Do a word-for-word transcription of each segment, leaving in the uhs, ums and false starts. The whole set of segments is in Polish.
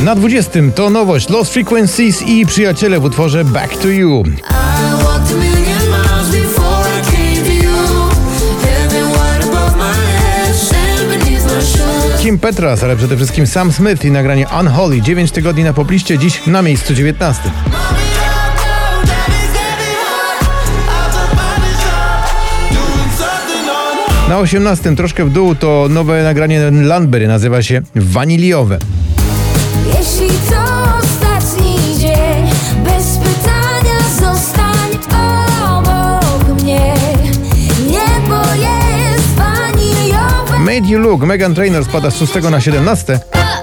Na dwudziestym to nowość Lost Frequencies i Przyjaciele w utworze Back to You. Kim Petras, ale przede wszystkim Sam Smith i nagranie Unholy. dziewięć tygodni na popliście, dziś na miejscu dziewiętnastym. Na osiemnastym troszkę w dół to nowe nagranie Landberry, nazywa się Waniliowe. Jeśli to ostatni dzień, bez pytania zostań obok mnie. Niebo jest waniliowe. Made You Look, Meghan Trainor spada z szóstego na siedemnaste.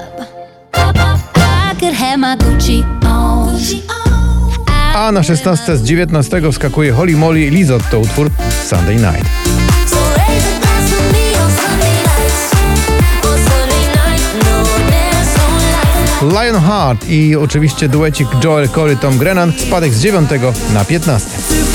A na szesnaste z dziewiętnastego wskakuje Holly Molly Lizot, to utwór Sunday Night. Lionheart i oczywiście duecik Joel Corey Tom Grennan, spadek z dziewiątego na piętnaste.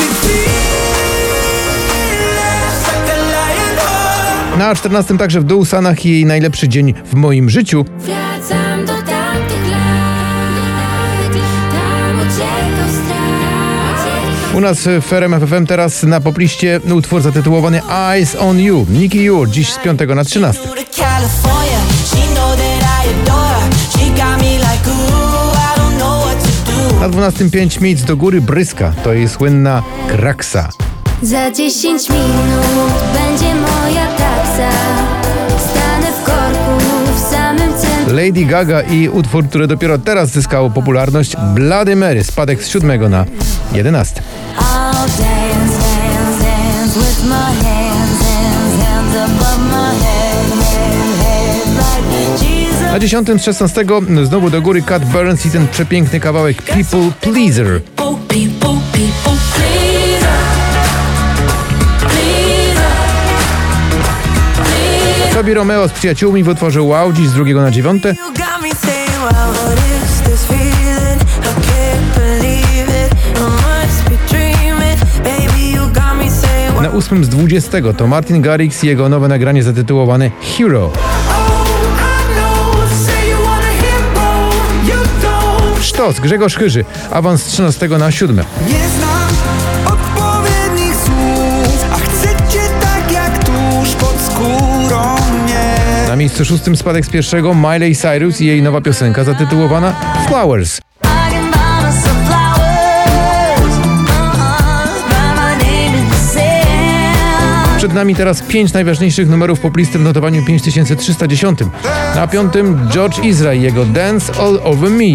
Na czternastym także w dół Sanach i jej najlepszy dzień w moim życiu. Wracam do tamtych lat, tam uciekał strach. U nas w R M F F M teraz na popliście utwór zatytułowany Eyes on You, Nicky Jur, dziś z piątego na trzynaste. Na dwunastym pięć miejsc do góry Bryska, to jej słynna Kraksa. Za dziesięć minut będzie moja taksa. Stanę w korku w samym centrum. Lady Gaga i utwór, który dopiero teraz zyskało popularność, Bloody Mary, spadek z siódmego na jedenaste. Na dziesiątym z szesnastego znowu do góry Cat Burns i ten przepiękny kawałek People Pleaser. Tobi Romeo z przyjaciółmi w utworze Wow, dziś z drugiego na dziewiąte. Na ósmym z dwudziestego to Martin Garrix i jego nowe nagranie zatytułowane Hero. Sztos, Grzegorz Chyży, awans z trzynastego na siódme. Nie znam odpowiednich słów, a chcecie tak jak tuż pod skórą mnie. Na miejscu szóstym spadek z pierwszego Miley Cyrus i jej nowa piosenka zatytułowana Flowers. Przed nami teraz pięć najważniejszych numerów poplisty w notowaniu pięć tysięcy trzysta dziesięć. Na piątym George Ezra i jego Dance All Over Me.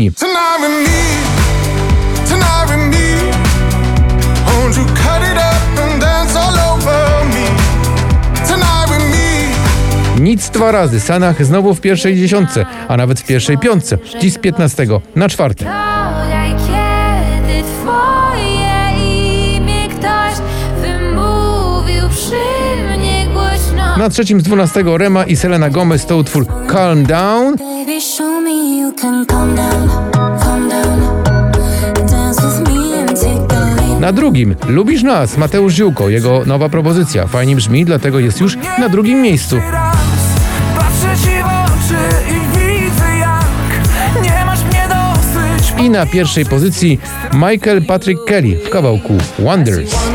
Nic dwa razy, Sanach znowu w pierwszej dziesiątce, a nawet w pierwszej piątce. Dziś z piętnastego na czwarte. Kiedy twoje imię ktoś wymówił przy mnie głośno. Na trzecim z dwunastego Rema i Selena Gomez to utwór Calm Down. Baby, show me you can calm down, calm down. Dance with me and take the lead. Na drugim Lubisz Nas, Mateusz Ziółko, jego nowa propozycja. Fajnie brzmi, dlatego jest już na drugim miejscu. Patrzę ci w oczy i widzę jak nie masz mnie dosyć. I na pierwszej pozycji Michael Patrick Kelly w kawałku Wonders.